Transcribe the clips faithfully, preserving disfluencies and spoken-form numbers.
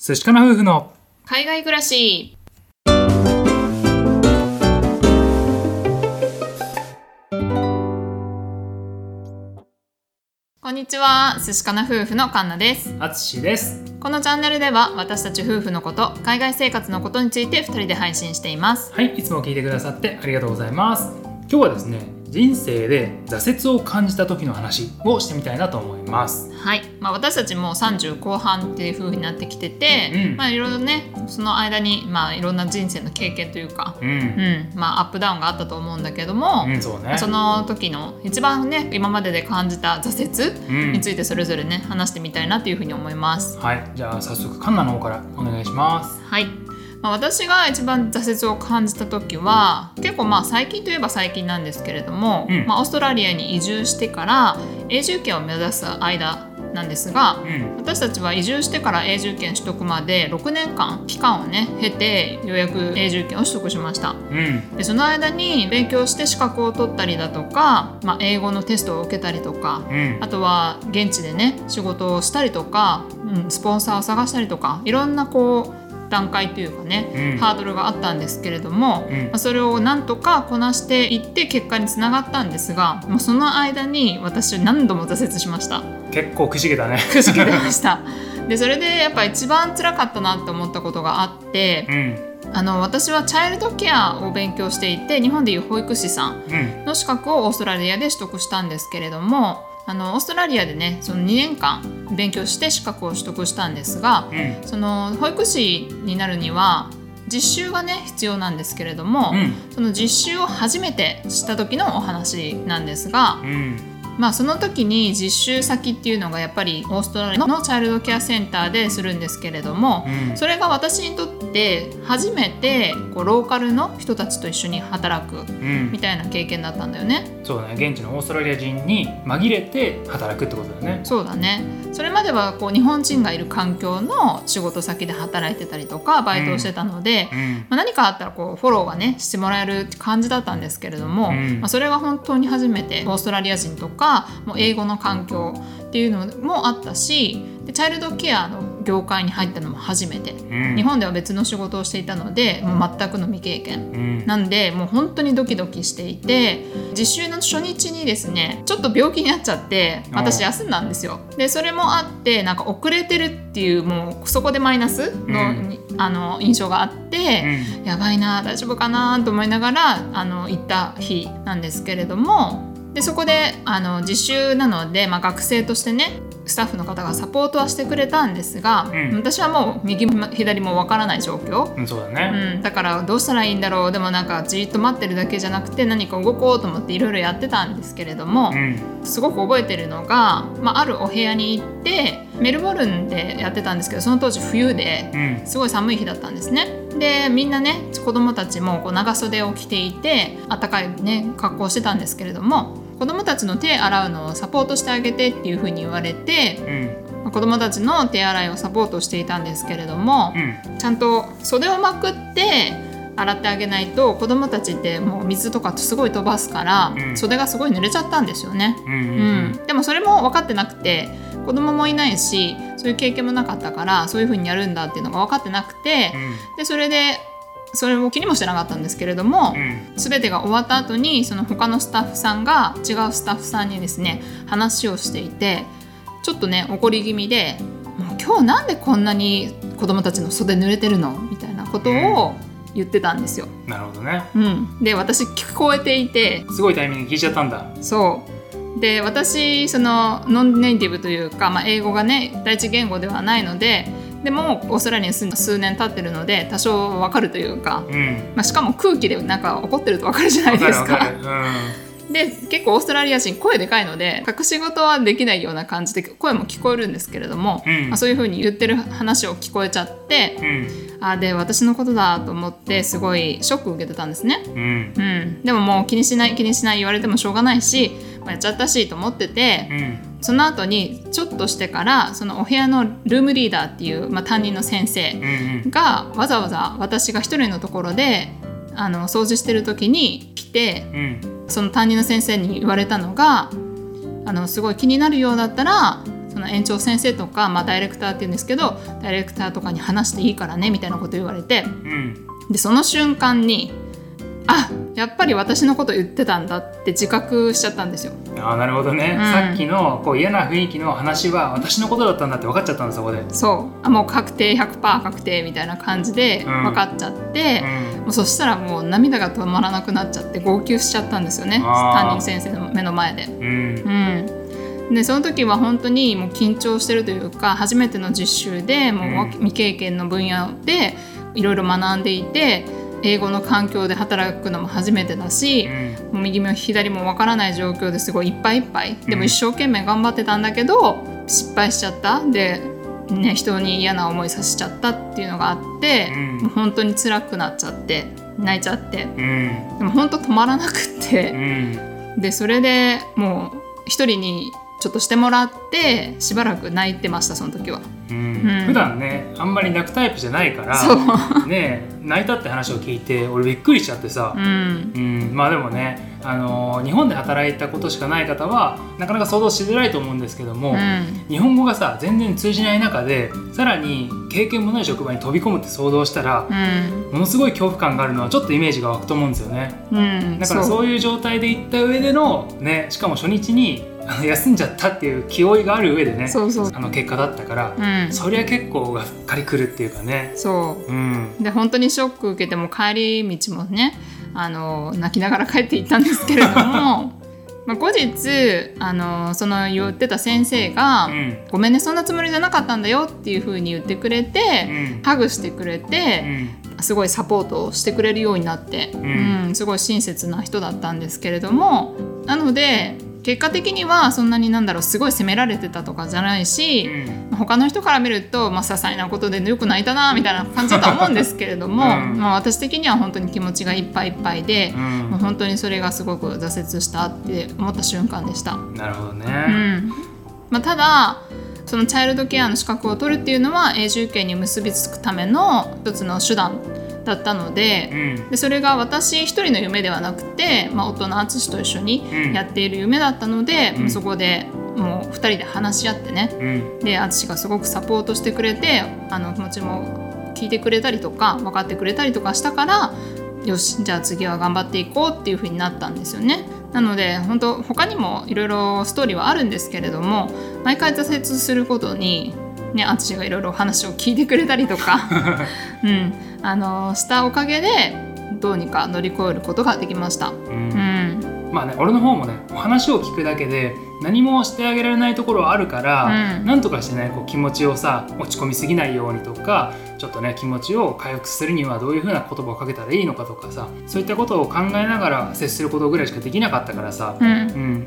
寿司かな夫婦の海外暮らし。こんにちは、寿司かな夫婦のカンナです。 あつしです。 このチャンネルでは私たち夫婦のこと、海外生活のことについてふたりで配信しています。 はい、いつも聞いてくださってありがとうございます。今日はですね、人生で挫折を感じた時の話をしてみたいなと思います。 はい、まあ、私たちもさんじゅう後半っていう風になってきてて、うんまあ、いろいろねその間に、まあ、いろんな人生の経験というか、うんうんまあ、アップダウンがあったと思うんだけども、 うんそうね、 その時の一番ね今までで感じた挫折についてそれぞれね話してみたいなという風に思います。 はい、じゃあ早速カンナの方からお願いします。 はい、まあ、私が一番挫折を感じた時は結構まあ最近といえば最近なんですけれども、うんまあ、オーストラリアに移住してから永住権を目指す間なんですが、うん、私たちは移住してから永住権取得までろくねんかん期間をね経てようやく永住権を取得しました、うん、でその間に勉強して資格を取ったりだとか、まあ、英語のテストを受けたりとか、うん、あとは現地でね仕事をしたりとか、うん、スポンサーを探したりとかいろんなこう段階というかね、うん、ハードルがあったんですけれども、うんまあ、それをなんとかこなしていって結果につながったんですが、もうその間に私何度も挫折しました。 結構くじけたねくじけてましたでそれでやっぱ一番辛かったなって思ったことがあって、うん、あの私はチャイルドケアを勉強していて日本でいう保育士さんの資格をオーストラリアで取得したんですけれども、あのオーストラリアでねそのにねんかん勉強して資格を取得したんですが、うん、その保育士になるには実習がね必要なんですけれども、うん、その実習を初めてした時のお話なんですが、うんまあ、その時に実習先っていうのがやっぱりオーストラリアのチャイルドケアセンターでするんですけれども、うん、それが私にとって初めてこうローカルの人たちと一緒に働くみたいな経験だったんだよね、 うん、そうだね。現地のオーストラリア人に紛れて働くってことだよね。 そうだね。それまではこう日本人がいる環境の仕事先で働いてたりとかバイトをしてたので、うんうんまあ、何かあったらこうフォローがねしてもらえる感じだったんですけれども、うんまあ、それが本当に初めてオーストラリア人とかもう英語の環境っていうのもあったし、でチャイルドケアの業界に入ったのも初めて、うん、日本では別の仕事をしていたのでもう全くの未経験、うん、なんでもう本当にドキドキしていて、実習の初日にですねちょっと病気になっちゃって私休んだんですよ。でそれもあってなんか遅れてるっていうもうそこでマイナスの、うん、あの印象があって、うん、やばいな大丈夫かなと思いながらあの行った日なんですけれども、でそこであの実習なので、まあ、学生としてねスタッフの方がサポートはしてくれたんですが、うん、私はもう右も左もわからない状況、 うん、そうだね、 うん、だからどうしたらいいんだろう。でもなんかじっと待ってるだけじゃなくて何か動こうと思っていろいろやってたんですけれども、うん、すごく覚えてるのが、まあ、あるお部屋に行ってメルボルンでやってたんですけどその当時冬ですごい寒い日だったんですね。でみんなね子供たちもこう長袖を着ていて暖かい、ね、格好をしてたんですけれども、子供たちの手洗うのをサポートしてあげてっていう風に言われて、うん、子供たちの手洗いをサポートしていたんですけれども、うん、ちゃんと袖をまくって洗ってあげないと子供たちってもう水とかすごい飛ばすから、うん、袖がすごい濡れちゃったんですよね、うんうんうん、でもそれも分かってなくて子供もいないしそういう経験もなかったからそういう風にやるんだっていうのが分かってなくて、うん、でそれでそれを気にもしてなかったんですけれども、うん、全てが終わった後にその他のスタッフさんが違うスタッフさんにですね話をしていてちょっとね怒り気味でもう今日なんでこんなに子供たちの袖濡れてるのみたいなことを言ってたんですよ、 うん、なるほどね、 うん、で私聞こえていてすごいタイミングで聞いちゃったんだ。 そうで私そのノンネイティブというか、まあ、英語がね第一言語ではないのででもオーストラリアに住んで数年経ってるので多少分かるというか、うんまあ、しかも空気でなんか怒ってると分かるじゃないですか。うん、で結構オーストラリア人声でかいので隠し事はできないような感じで声も聞こえるんですけれども、うんまあ、そういう風に言ってる話を聞こえちゃって、うん、あで私のことだと思ってすごいショック受けてたんですね、うんうん、でももう気にしない気にしない言われてもしょうがないし、まあ、やっちゃったしと思ってて、うんその後にちょっとしてからそのお部屋のルームリーダーっていう、まあ、担任の先生がわざわざ私が一人のところであの掃除してる時に来て、うん、その担任の先生に言われたのがあのすごい気になるようだったらその園長先生とか、まあ、ダイレクターって言うんですけど、ダイレクターとかに話していいからねみたいなこと言われて、うん、でその瞬間にあ、やっぱり私のこと言ってたんだって自覚しちゃったんですよ。 あ、なるほどね、うん、さっきのこう嫌な雰囲気の話は私のことだったんだって分かっちゃったんだ、そこで。 そう、あ、もう確定 ひゃくパーセント 確定みたいな感じで分かっちゃって、うん、もうそしたらもう涙が止まらなくなっちゃって号泣しちゃったんですよね、担任先生の目の前で、うんうん、でその時は本当にもう緊張してるというか、初めての実習でもう未経験の分野でいろいろ学んでいて、英語の環境で働くのも初めてだし、うん、もう右も左も分からない状況ですごいいっぱいいっぱいでも一生懸命頑張ってたんだけど、うん、失敗しちゃったで、ね、人に嫌な思いさせちゃったっていうのがあって、うん、もう本当に辛くなっちゃって泣いちゃって、うん、でも本当止まらなくって、うん、でそれでもう一人にちょっとしてもらってしばらく泣いてました、その時は。 うんうん、普段ねあんまり泣くタイプじゃないからね、泣いたって話を聞いて俺びっくりしちゃってさ、うんうん、まあでもね、あのー、日本で働いたことしかない方はなかなか想像しづらいと思うんですけども、うん、日本語がさ全然通じない中でさらに経験もない職場に飛び込むって想像したら、うん、ものすごい恐怖感があるのはちょっとイメージが湧くと思うんですよね、うん、だからそういう状態で行った上での、ね、しかも初日に休んじゃったっていう気負いがある上でね、そうそう、あの結果だったから、うん、そりゃ結構がっかりくるっていうかね。 そう、うん、で本当にショック受けても帰り道もね、あの泣きながら帰っていったんですけれどもまあ後日あのその言ってた先生が、うん、ごめんねそんなつもりじゃなかったんだよっていう風に言ってくれて、うん、ハグしてくれて、うん、すごいサポートをしてくれるようになって、うんうん、すごい親切な人だったんですけれども、なので結果的にはそんなになんだろうすごい責められてたとかじゃないし、うん、他の人から見ると、まあ、些細なことでよく泣いたなみたいな感じだと思うんですけれども、うんまあ、私的には本当に気持ちがいっぱいいっぱいで、うん、もう本当にそれがすごく挫折したって思った瞬間でした。 なるほどね、 うんまあ、ただそのチャイルドケアの資格を取るっていうのは永住権に結びつくための一つの手段だったの で,、うん、でそれが私一人の夢ではなくて、まあ、夫の淳と一緒にやっている夢だったので、うん、そこでもうふたりで話し合ってね、うん、で淳がすごくサポートしてくれてあの気持ちも聞いてくれたりとか分かってくれたりとかしたから、よしじゃあ次は頑張っていこうっていう風になったんですよね。なので本当他にもいろいろストーリーはあるんですけれども、毎回挫折することにね、淳がいろいろ話を聞いてくれたりとか、うん、あのしたおかげでどうにか乗り越えることができました。うんうんまあね、俺の方もね話を聞くだけで何もしてあげられないところはあるから、うん、なんとかしてねこう気持ちをさ落ち込みすぎないようにとか、ちょっとね気持ちを回復するにはどういう風な言葉をかけたらいいのかとかさ、そういったことを考えながら接することぐらいしかできなかったからさ、うんうん、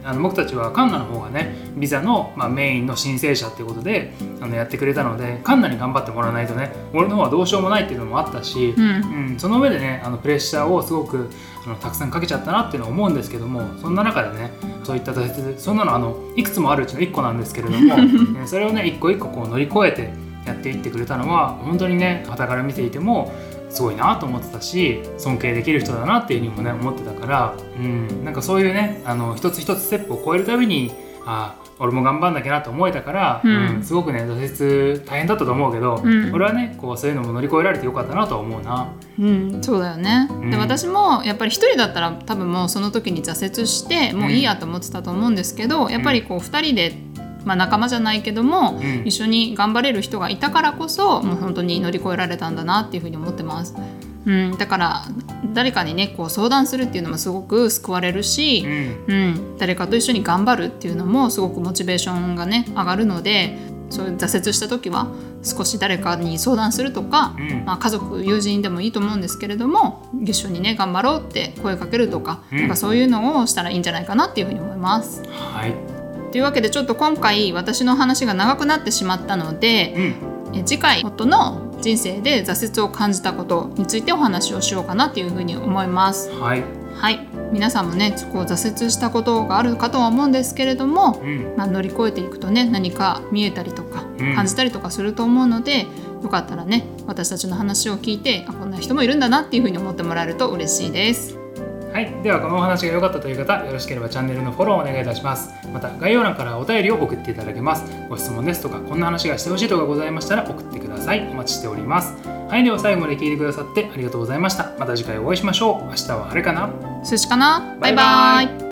あの僕たちはカンナの方がねビザの、まあ、メインの申請者っていうことであのやってくれたので、カンナに頑張ってもらわないとね俺の方はどうしようもないっていうのもあったし、うんうん、その上でねあのプレッシャーをすごくあのたくさんかけちゃったなっていうのは思うんですけども、そんな中でねそういった挫折、そんなのあのいくつもあるうちのいっこなんですけれどもそれをね一個一個こう乗り越えてやっていってくれたのは本当にね傍から見ていてもすごいなと思ってたし、尊敬できる人だなっていうふうにもね思ってたから、うん、なんかそういうねあの一つ一つステップを超えるたびにあ俺も頑張んなきゃなと思えたから、うんうん、すごくね挫折大変だったと思うけど、うん、俺はねこうそういうのも乗り越えられてよかったなと思うな。 うん、そうだよね、うん、で私もやっぱり一人だったら多分もうその時に挫折してもういいやと思ってたと思うんですけど、うん、やっぱりこうふたりでまあ、仲間じゃないけども、うん、一緒に頑張れる人がいたからこそもう本当に乗り越えられたんだなっていうふうに思ってます、うん、だから誰かにねこう相談するっていうのもすごく救われるし、うんうん、誰かと一緒に頑張るっていうのもすごくモチベーションがね上がるので、そういう挫折した時は少し誰かに相談するとか、うんまあ、家族友人でもいいと思うんですけれども一緒にね頑張ろうって声かけるとか、うん、なんかそういうのをしたらいいんじゃないかなっていうふうに思います。 はい、 というわけでちょっと今回私の話が長くなってしまったので、うん、え次回夫の人生で挫折を感じたことについてお話をしようかなというふうに思います。 はい、 はい、皆さんもねこう挫折したことがあるかとは思うんですけれども、うんまあ、乗り越えていくとね何か見えたりとか感じたりとかすると思うので、うん、よかったらね私たちの話を聞いてあこんな人もいるんだなっていうふうに思ってもらえると嬉しいです。 ははい、ではこのお話が良かったという方、よろしければチャンネルのフォローをお願いいたします。また概要欄からお便りを送っていただけます。ご質問ですとか、こんな話がしてほしいとかございましたら送ってください。お待ちしております。はい、では最後まで聞いてくださってありがとうございました。また次回お会いしましょう。明日は晴れかな？ 寿司かな？バイバイ。